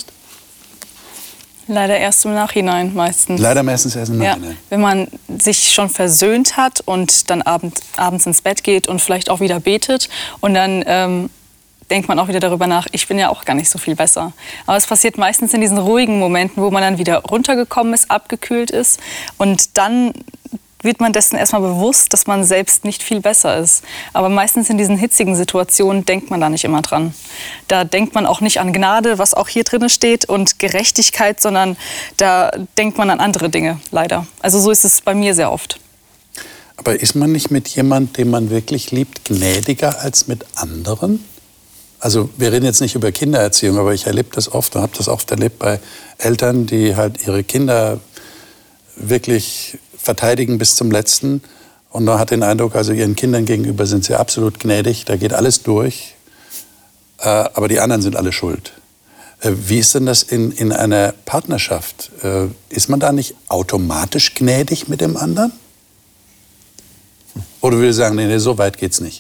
Leider erst im Nachhinein meistens. Leider meistens erst im Nachhinein. Ja, wenn man sich schon versöhnt hat und dann abend, abends ins Bett geht und vielleicht auch wieder betet und dann ähm, denkt man auch wieder darüber nach, ich bin ja auch gar nicht so viel besser. Aber es passiert meistens in diesen ruhigen Momenten, wo man dann wieder runtergekommen ist, abgekühlt ist. Und dann wird man dessen erstmal bewusst, dass man selbst nicht viel besser ist. Aber meistens in diesen hitzigen Situationen denkt man da nicht immer dran. Da denkt man auch nicht an Gnade, was auch hier drin steht, und Gerechtigkeit, sondern da denkt man an andere Dinge, leider. Also so ist es bei mir sehr oft. Aber ist man nicht mit jemandem, den man wirklich liebt, gnädiger als mit anderen? Also wir reden jetzt nicht über Kindererziehung, aber ich erlebe das oft und habe das oft erlebt bei Eltern, die halt ihre Kinder wirklich verteidigen bis zum Letzten. Und man hat den Eindruck, also ihren Kindern gegenüber sind sie absolut gnädig, da geht alles durch, äh, aber die anderen sind alle schuld. Äh, wie ist denn das in, in einer Partnerschaft? Äh, ist man da nicht automatisch gnädig mit dem anderen? Oder würde sagen, nee, nee, so weit geht's nicht?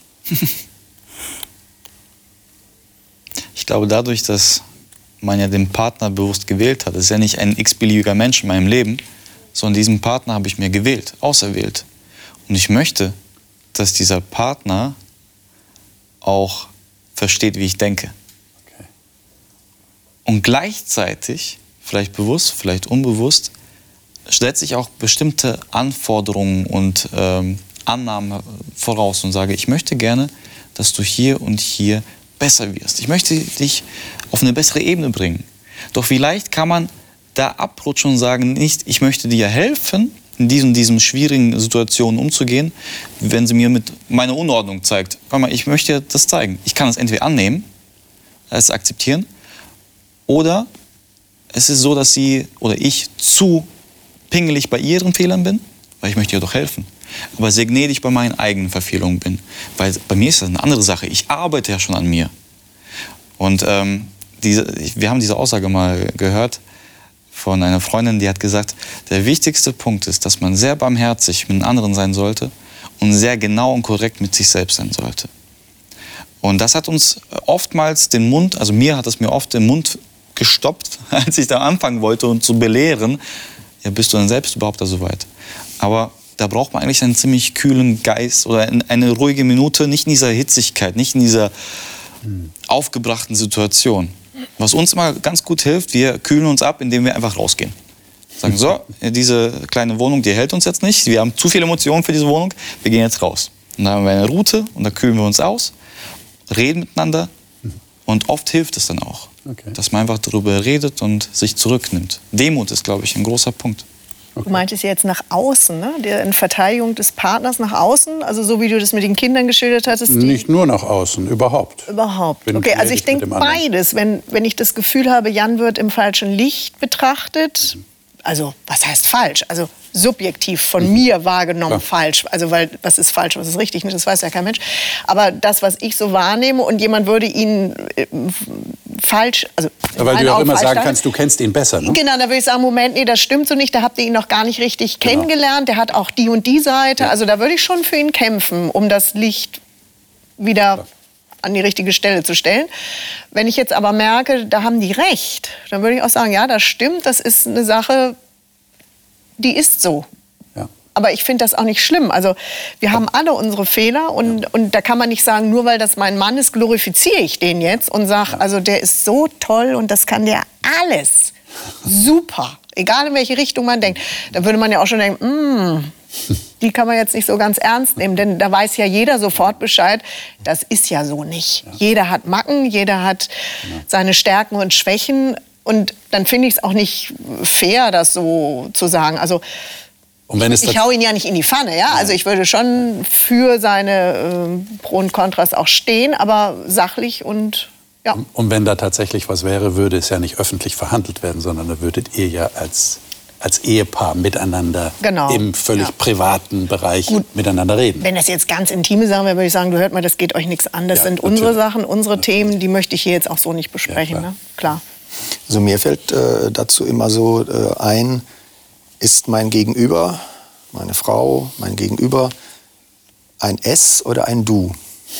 Ich glaube, dadurch, dass man ja den Partner bewusst gewählt hat, das ist ja nicht ein x-beliebiger Mensch in meinem Leben, sondern diesen Partner habe ich mir gewählt, auserwählt. Und ich möchte, dass dieser Partner auch versteht, wie ich denke. Okay. Und gleichzeitig, vielleicht bewusst, vielleicht unbewusst, setze ich auch bestimmte Anforderungen und ähm, Annahmen voraus und sage, ich möchte gerne, dass du hier und hier besser wirst. Ich möchte dich auf eine bessere Ebene bringen. Doch vielleicht kann man da abrutschen und sagen, nicht, ich möchte dir helfen, in diesen, diesen schwierigen Situationen umzugehen, wenn sie mir mit meiner Unordnung zeigt. Guck mal, ich möchte dir das zeigen. Ich kann es entweder annehmen, es akzeptieren, oder es ist so, dass sie oder ich zu pingelig bei ihren Fehlern bin, weil ich möchte ihr doch helfen. Aber sehr gnädig bei meinen eigenen Verfehlungen bin. Weil bei mir ist das eine andere Sache. Ich arbeite ja schon an mir. Und ähm, diese, wir haben diese Aussage mal gehört von einer Freundin, die hat gesagt, der wichtigste Punkt ist, dass man sehr barmherzig mit den anderen sein sollte und sehr genau und korrekt mit sich selbst sein sollte. Und das hat uns oftmals den Mund, also mir hat es mir oft den Mund gestoppt, als ich da anfangen wollte und zu belehren, ja, bist du denn selbst überhaupt da so weit? Aber da braucht man eigentlich einen ziemlich kühlen Geist oder eine ruhige Minute, nicht in dieser Hitzigkeit, nicht in dieser aufgebrachten Situation. Was uns immer ganz gut hilft, wir kühlen uns ab, indem wir einfach rausgehen. Sagen, so, diese kleine Wohnung, die hält uns jetzt nicht, wir haben zu viele Emotionen für diese Wohnung, wir gehen jetzt raus. Und dann haben wir eine Route und da kühlen wir uns aus, reden miteinander und oft hilft es dann auch, okay, dass man einfach darüber redet und sich zurücknimmt. Demut ist, glaube ich, ein großer Punkt. Du meintest jetzt nach außen, ne? In Verteidigung des Partners nach außen, also so wie du das mit den Kindern geschildert hattest. Nicht nur nach außen, überhaupt. Überhaupt. Bin okay, also ich denke beides. Wenn, wenn ich das Gefühl habe, Jan wird im falschen Licht betrachtet, also was heißt falsch? Also subjektiv von mhm. mir wahrgenommen ja. falsch. Also weil was ist falsch, was ist richtig, das weiß ja kein Mensch. Aber das, was ich so wahrnehme und jemand würde ihn äh, falsch, also weil du ja auch immer sagen kannst, du kennst ihn besser, ne? Genau, da würde ich sagen, Moment, nee, das stimmt so nicht, da habt ihr ihn noch gar nicht richtig genau. kennengelernt, der hat auch die und die Seite, ja. also da würde ich schon für ihn kämpfen, um das Licht wieder ja. an die richtige Stelle zu stellen. Wenn ich jetzt aber merke, da haben die recht, dann würde ich auch sagen, ja, das stimmt, das ist eine Sache, die ist so. Ja. Aber ich finde das auch nicht schlimm. Also wir haben alle unsere Fehler und, ja. und da kann man nicht sagen, nur weil das mein Mann ist, glorifiziere ich den jetzt und sage, ja. also der ist so toll und das kann der alles. Super. Egal in welche Richtung man denkt. Da würde man ja auch schon denken, mm, die kann man jetzt nicht so ganz ernst nehmen, denn da weiß ja jeder sofort Bescheid, das ist ja so nicht. Ja. Jeder hat Macken, jeder hat ja. seine Stärken und Schwächen. Und dann finde ich es auch nicht fair, das so zu sagen. Also und wenn es ich, ich hau ihn ja nicht in die Pfanne, ja? ja. Also ich würde schon für seine äh, Pro und Kontras auch stehen, aber sachlich und ja. Und wenn da tatsächlich was wäre, würde es ja nicht öffentlich verhandelt werden, sondern da würdet ihr ja als, als Ehepaar miteinander genau. im völlig ja. privaten Bereich Gut. miteinander reden. Wenn das jetzt ganz intime Sachen wäre, würde ich sagen, du hört mal, das geht euch nichts an. Das ja, sind natürlich. unsere Sachen, unsere natürlich. Themen, die möchte ich hier jetzt auch so nicht besprechen. Ja, klar. Ne? Klar. Also mir fällt äh, dazu immer so äh, ein, ist mein Gegenüber, meine Frau, mein Gegenüber ein Es oder ein Du?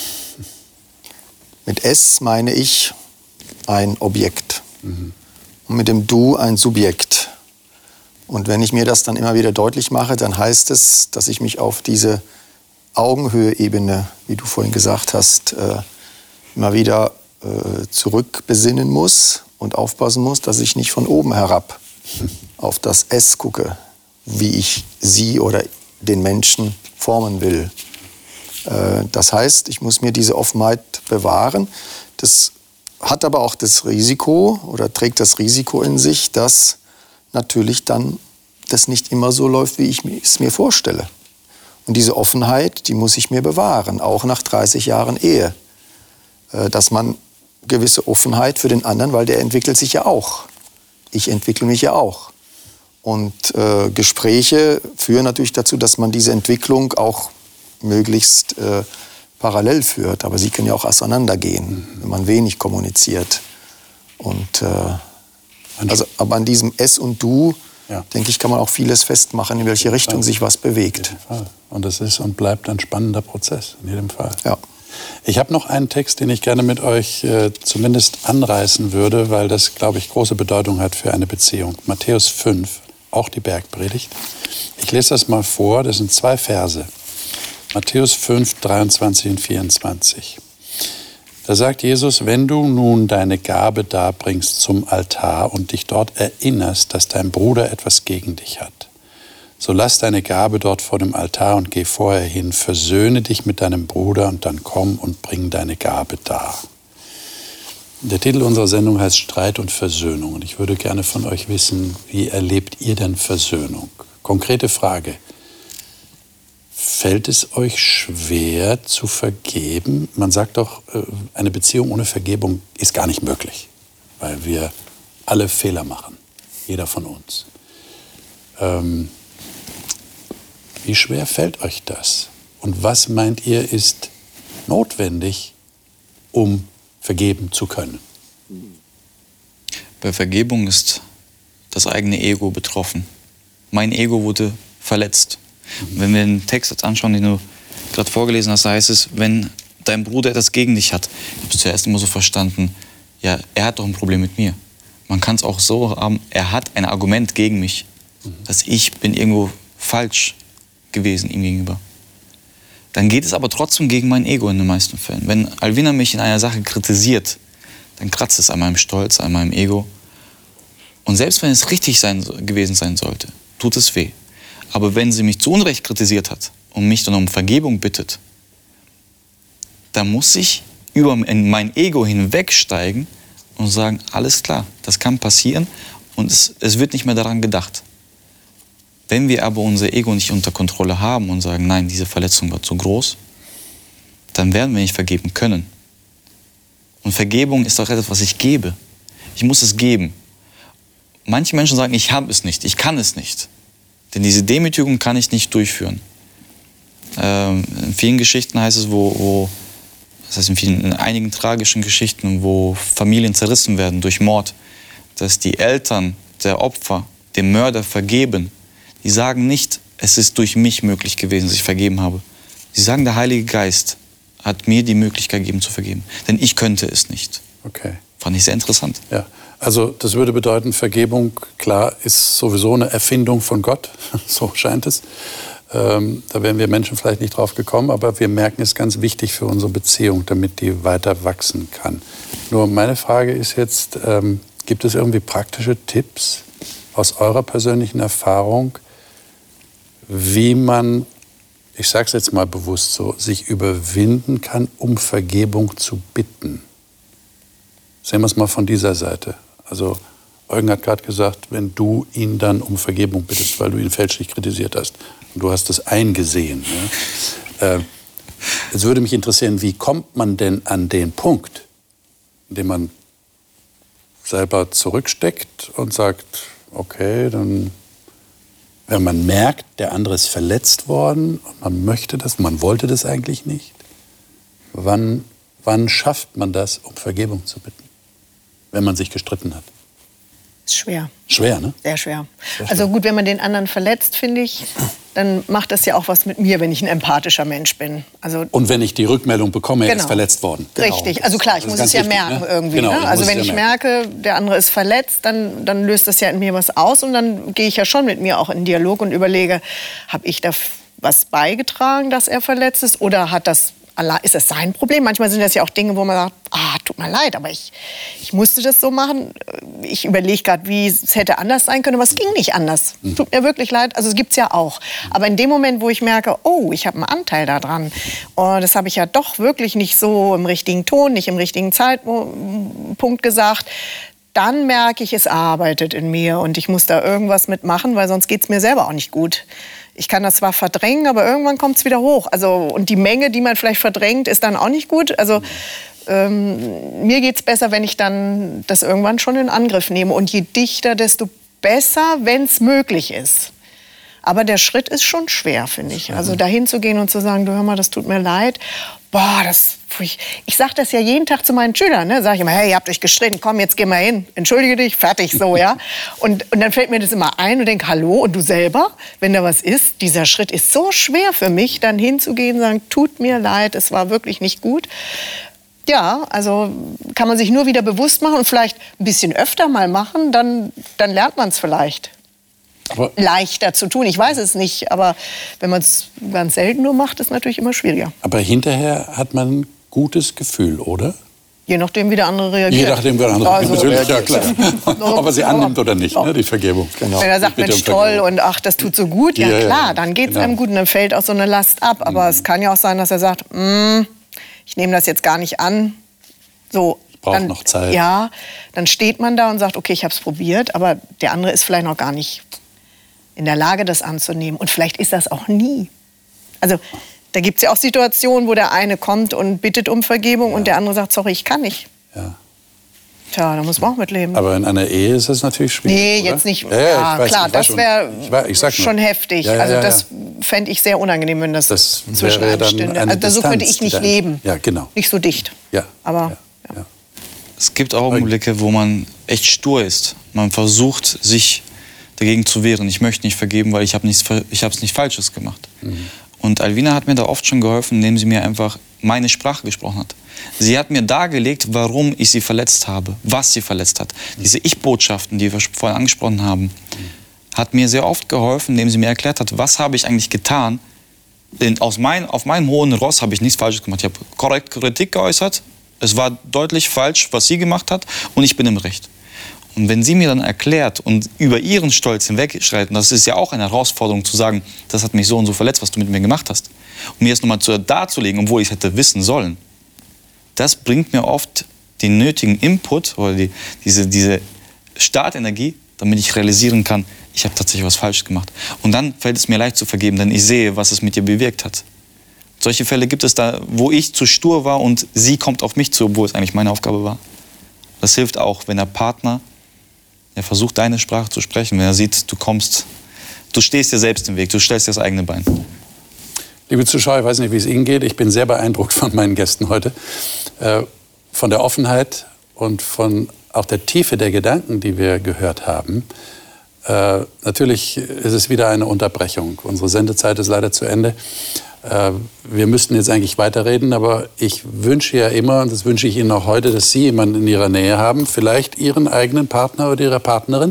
Mit Es meine ich ein Objekt mhm. und mit dem Du ein Subjekt. Und wenn ich mir das dann immer wieder deutlich mache, dann heißt es, dass ich mich auf diese Augenhöhe-Ebene, wie du vorhin gesagt hast, äh, immer wieder äh, zurückbesinnen muss und aufpassen muss, dass ich nicht von oben herab auf das Es gucke, wie ich sie oder den Menschen formen will. Äh, das heißt, ich muss mir diese Offenheit bewahren. Das hat aber auch das Risiko oder trägt das Risiko in sich, dass natürlich dann das nicht immer so läuft, wie ich es mir vorstelle. Und diese Offenheit, die muss ich mir bewahren, auch nach dreißig Jahren Ehe. Äh, dass man gewisse Offenheit für den anderen, weil der entwickelt sich ja auch. Ich entwickle mich ja auch. Und äh, Gespräche führen natürlich dazu, dass man diese Entwicklung auch möglichst äh, parallel führt. Aber sie können ja auch auseinandergehen, mhm. wenn man wenig kommuniziert. Und, äh, also, aber an diesem Es und Du Ja. denke ich, kann man auch vieles festmachen, in welche Richtung sich was bewegt. Und es ist und bleibt ein spannender Prozess, in jedem Fall. Ja. Ich habe noch einen Text, den ich gerne mit euch äh, zumindest anreißen würde, weil das, glaube ich, große Bedeutung hat für eine Beziehung. Matthäus fünf, auch die Bergpredigt. Ich lese das mal vor, das sind zwei Verse. Matthäus fünf, dreiundzwanzig und vierundzwanzig. Da sagt Jesus, wenn du nun deine Gabe darbringst zum Altar und dich dort erinnerst, dass dein Bruder etwas gegen dich hat, so lass deine Gabe dort vor dem Altar und geh vorher hin, versöhne dich mit deinem Bruder und dann komm und bring deine Gabe dar. Der Titel unserer Sendung heißt Streit und Versöhnung und ich würde gerne von euch wissen, wie erlebt ihr denn Versöhnung? Konkrete Frage. Fällt es euch schwer zu vergeben? Man sagt doch, eine Beziehung ohne Vergebung ist gar nicht möglich, weil wir alle Fehler machen, jeder von uns. Ähm, wie schwer fällt euch das? Und was meint ihr ist notwendig, um vergeben zu können? Bei Vergebung ist das eigene Ego betroffen. Mein Ego wurde verletzt. Und wenn wir den Text jetzt anschauen, den du gerade vorgelesen hast, da heißt es, wenn dein Bruder etwas gegen dich hat, ich habe es zuerst immer so verstanden, ja, er hat doch ein Problem mit mir. Man kann es auch so haben, er hat ein Argument gegen mich, dass ich bin irgendwo falsch gewesen ihm gegenüber. Dann geht es aber trotzdem gegen mein Ego in den meisten Fällen. Wenn Alvina mich in einer Sache kritisiert, dann kratzt es an meinem Stolz, an meinem Ego. Und selbst wenn es richtig sein, gewesen sein sollte, tut es weh. Aber wenn sie mich zu Unrecht kritisiert hat und mich dann um Vergebung bittet, dann muss ich über mein Ego hinwegsteigen und sagen, alles klar, das kann passieren und es, es wird nicht mehr daran gedacht. Wenn wir aber unser Ego nicht unter Kontrolle haben und sagen, nein, diese Verletzung war zu groß, dann werden wir nicht vergeben können. Und Vergebung ist auch etwas, was ich gebe. Ich muss es geben. Manche Menschen sagen, ich habe es nicht, ich kann es nicht. Denn diese Demütigung kann ich nicht durchführen. Ähm, in vielen Geschichten heißt es, wo, wo das heißt in, vielen, in einigen tragischen Geschichten, wo Familien zerrissen werden durch Mord, dass die Eltern der Opfer dem Mörder vergeben. Die sagen nicht, es ist durch mich möglich gewesen, dass ich vergeben habe. Sie sagen, der Heilige Geist hat mir die Möglichkeit gegeben zu vergeben. Denn ich könnte es nicht. Okay. Fand ich sehr interessant. Ja, also das würde bedeuten, Vergebung, klar, ist sowieso eine Erfindung von Gott, so scheint es. Ähm, da wären wir Menschen vielleicht nicht drauf gekommen, aber wir merken, es ist ganz wichtig für unsere Beziehung, damit die weiter wachsen kann. Nur meine Frage ist jetzt, ähm, gibt es irgendwie praktische Tipps aus eurer persönlichen Erfahrung, wie man, ich sage es jetzt mal bewusst so, sich überwinden kann, um Vergebung zu bitten? Sehen wir es mal von dieser Seite. Also Eugen hat gerade gesagt, wenn du ihn dann um Vergebung bittest, weil du ihn fälschlich kritisiert hast. Und du hast es eingesehen. Ja? Äh, es würde mich interessieren, wie kommt man denn an den Punkt, in dem man selber zurücksteckt und sagt, okay, dann, wenn man merkt, der andere ist verletzt worden und man möchte das, man wollte das eigentlich nicht, wann, wann schafft man das, um Vergebung zu bitten? Wenn man sich gestritten hat. Ist schwer. Schwer, ne? Sehr schwer. Sehr schwer. Also gut, wenn man den anderen verletzt, finde ich, dann macht das ja auch was mit mir, wenn ich ein empathischer Mensch bin. Also und wenn ich die Rückmeldung bekomme, er genau. ist verletzt worden. Richtig. Genau. Also klar, ich das muss es ja wichtig, merken ne? irgendwie. Genau, ne? ich Also muss wenn es ich ja merken. merke, der andere ist verletzt, dann, dann löst das ja in mir was aus. Und dann gehe ich ja schon mit mir auch in Dialog und überlege, habe ich da was beigetragen, dass er verletzt ist? Oder hat das ist das sein Problem? Manchmal sind das ja auch Dinge, wo man sagt, ah, tut mir leid, aber ich, ich musste das so machen. Ich überlege gerade, wie es hätte anders sein können, aber es ging nicht anders. Mhm. Tut mir wirklich leid, also es gibt es ja auch. Aber in dem Moment, wo ich merke, oh, ich habe einen Anteil daran, und das habe ich ja doch wirklich nicht so im richtigen Ton, nicht im richtigen Zeitpunkt gesagt, dann merke ich, es arbeitet in mir und ich muss da irgendwas mitmachen, weil sonst geht es mir selber auch nicht gut. Ich kann das zwar verdrängen, aber irgendwann kommt es wieder hoch. Also, und die Menge, die man vielleicht verdrängt, ist dann auch nicht gut. Also ähm, mir geht es besser, wenn ich dann das irgendwann schon in Angriff nehme. Und je dichter, desto besser, wenn es möglich ist. Aber der Schritt ist schon schwer, finde ich. Also dahin zu gehen und zu sagen, du hör mal, das tut mir leid. boah, das, ich, ich sage das ja jeden Tag zu meinen Schülern, ne? Sage ich immer, hey, ihr habt euch gestritten, komm, jetzt geh mal hin, entschuldige dich, fertig, so, ja. Und, und dann fällt mir das immer ein und denke, hallo, und du selber, wenn da was ist, dieser Schritt ist so schwer für mich, dann hinzugehen und sagen, tut mir leid, es war wirklich nicht gut. Ja, also kann man sich nur wieder bewusst machen und vielleicht ein bisschen öfter mal machen, dann, dann lernt man es vielleicht. Aber leichter zu tun, ich weiß es nicht, aber wenn man es ganz selten nur macht, ist es natürlich immer schwieriger. Aber hinterher hat man ein gutes Gefühl, oder? Je nachdem, wie der andere reagiert. Je nachdem, wie der andere also, natürlich, ja klar. Ob er sie annimmt oder nicht, ne, die Vergebung. Genau. Wenn er sagt, Mensch, toll und ach, das tut so gut, ja, ja klar, dann geht es genau. einem gut und dann fällt auch so eine Last ab. Aber mhm. es kann ja auch sein, dass er sagt, ich nehme das jetzt gar nicht an. So, ich brauche noch Zeit. Ja, dann steht man da und sagt, okay, ich habe es probiert, aber der andere ist vielleicht noch gar nicht in der Lage, das anzunehmen. Und vielleicht ist das auch nie. Also da gibt es ja auch Situationen, wo der eine kommt und bittet um Vergebung ja. und der andere sagt, sorry, ich kann nicht. Ja. Tja, da muss man auch mit leben. Aber in einer Ehe ist das natürlich schwierig, Nee, oder? jetzt nicht. Ja, ja, ja weiß, klar, das wäre schon heftig. Ja, ja, also ja, ja. das fände ich sehr unangenehm, wenn das, das zwischen einem stünde. Also Distanz, so könnte ich nicht dann, leben. Ja, genau. Nicht so dicht. Ja. Aber ja, ja. Ja. Es gibt auch Augenblicke, wo man echt stur ist. Man versucht, sich dagegen zu wehren. Ich möchte nicht vergeben, weil ich habe nichts, ich habe es nicht Falsches gemacht. Mhm. Und Alvina hat mir da oft schon geholfen, indem sie mir einfach meine Sprache gesprochen hat. Sie hat mir dargelegt, warum ich sie verletzt habe, was sie verletzt hat. Mhm. Diese Ich-Botschaften, die wir vorhin angesprochen haben, mhm. hat mir sehr oft geholfen, indem sie mir erklärt hat, was habe ich eigentlich getan. Denn aus mein, auf meinem hohen Ross habe ich nichts Falsches gemacht. Ich habe korrekt Kritik geäußert. Es war deutlich falsch, was sie gemacht hat, und ich bin im Recht. Und wenn sie mir dann erklärt und über ihren Stolz hinwegschreitet, das ist ja auch eine Herausforderung zu sagen, das hat mich so und so verletzt, was du mit mir gemacht hast, und mir es nochmal darzulegen, obwohl ich es hätte wissen sollen, das bringt mir oft den nötigen Input oder die, diese, diese Startenergie, damit ich realisieren kann, ich habe tatsächlich was falsch gemacht. Und dann fällt es mir leicht zu vergeben, denn ich sehe, was es mit dir bewirkt hat. Solche Fälle gibt es da, wo ich zu stur war und sie kommt auf mich zu, obwohl es eigentlich meine Aufgabe war. Das hilft auch, wenn der Partner er versucht, deine Sprache zu sprechen, wenn er sieht, du kommst, du stehst dir selbst im Weg, du stellst dir das eigene Bein. Liebe Zuschauer, ich weiß nicht, wie es Ihnen geht, ich bin sehr beeindruckt von meinen Gästen heute, äh, von der Offenheit und von auch der Tiefe der Gedanken, die wir gehört haben. Äh, natürlich ist es wieder eine Unterbrechung. Unsere Sendezeit ist leider zu Ende. Äh, wir müssten jetzt eigentlich weiterreden, aber ich wünsche ja immer, und das wünsche ich Ihnen auch heute, dass Sie jemanden in Ihrer Nähe haben, vielleicht Ihren eigenen Partner oder Ihre Partnerin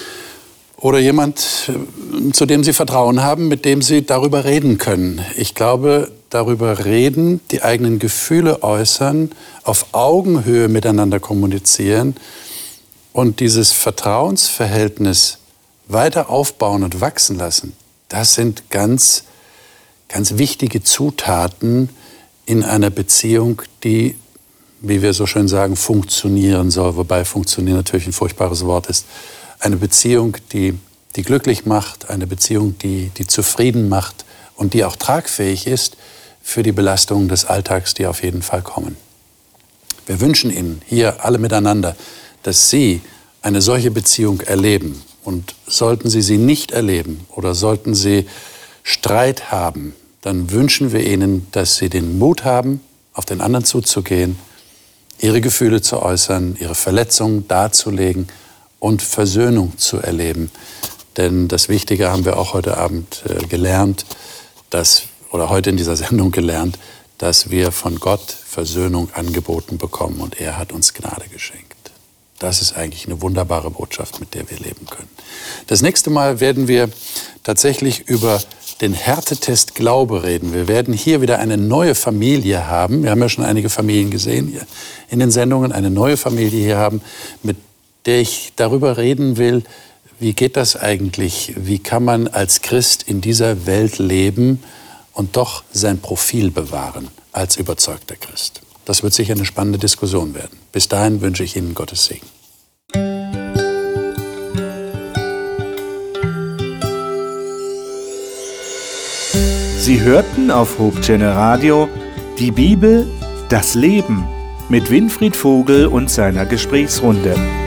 oder jemand, zu dem Sie Vertrauen haben, mit dem Sie darüber reden können. Ich glaube, darüber reden, die eigenen Gefühle äußern, auf Augenhöhe miteinander kommunizieren und dieses Vertrauensverhältnis weiter aufbauen und wachsen lassen, das sind ganz ganz wichtige Zutaten in einer Beziehung, die, wie wir so schön sagen, funktionieren soll. Wobei funktionieren natürlich ein furchtbares Wort ist. Eine Beziehung, die, die glücklich macht, eine Beziehung, die, die zufrieden macht und die auch tragfähig ist für die Belastungen des Alltags, die auf jeden Fall kommen. Wir wünschen Ihnen hier alle miteinander, dass Sie eine solche Beziehung erleben. Und sollten Sie sie nicht erleben oder sollten Sie Streit haben, dann wünschen wir Ihnen, dass Sie den Mut haben, auf den anderen zuzugehen, Ihre Gefühle zu äußern, Ihre Verletzungen darzulegen und Versöhnung zu erleben. Denn das Wichtige haben wir auch heute Abend äh, gelernt, dass, oder heute in dieser Sendung gelernt, dass wir von Gott Versöhnung angeboten bekommen und er hat uns Gnade geschenkt. Das ist eigentlich eine wunderbare Botschaft, mit der wir leben können. Das nächste Mal werden wir tatsächlich über den Härtetest Glaube reden. Wir werden hier wieder eine neue Familie haben. Wir haben ja schon einige Familien gesehen hier in den Sendungen. Eine neue Familie hier haben, mit der ich darüber reden will, wie geht das eigentlich? Wie kann man als Christ in dieser Welt leben und doch sein Profil bewahren als überzeugter Christ? Das wird sicher eine spannende Diskussion werden. Bis dahin wünsche ich Ihnen Gottes Segen. Sie hörten auf Hope Channel Radio die Bibel, das Leben mit Winfried Vogel und seiner Gesprächsrunde.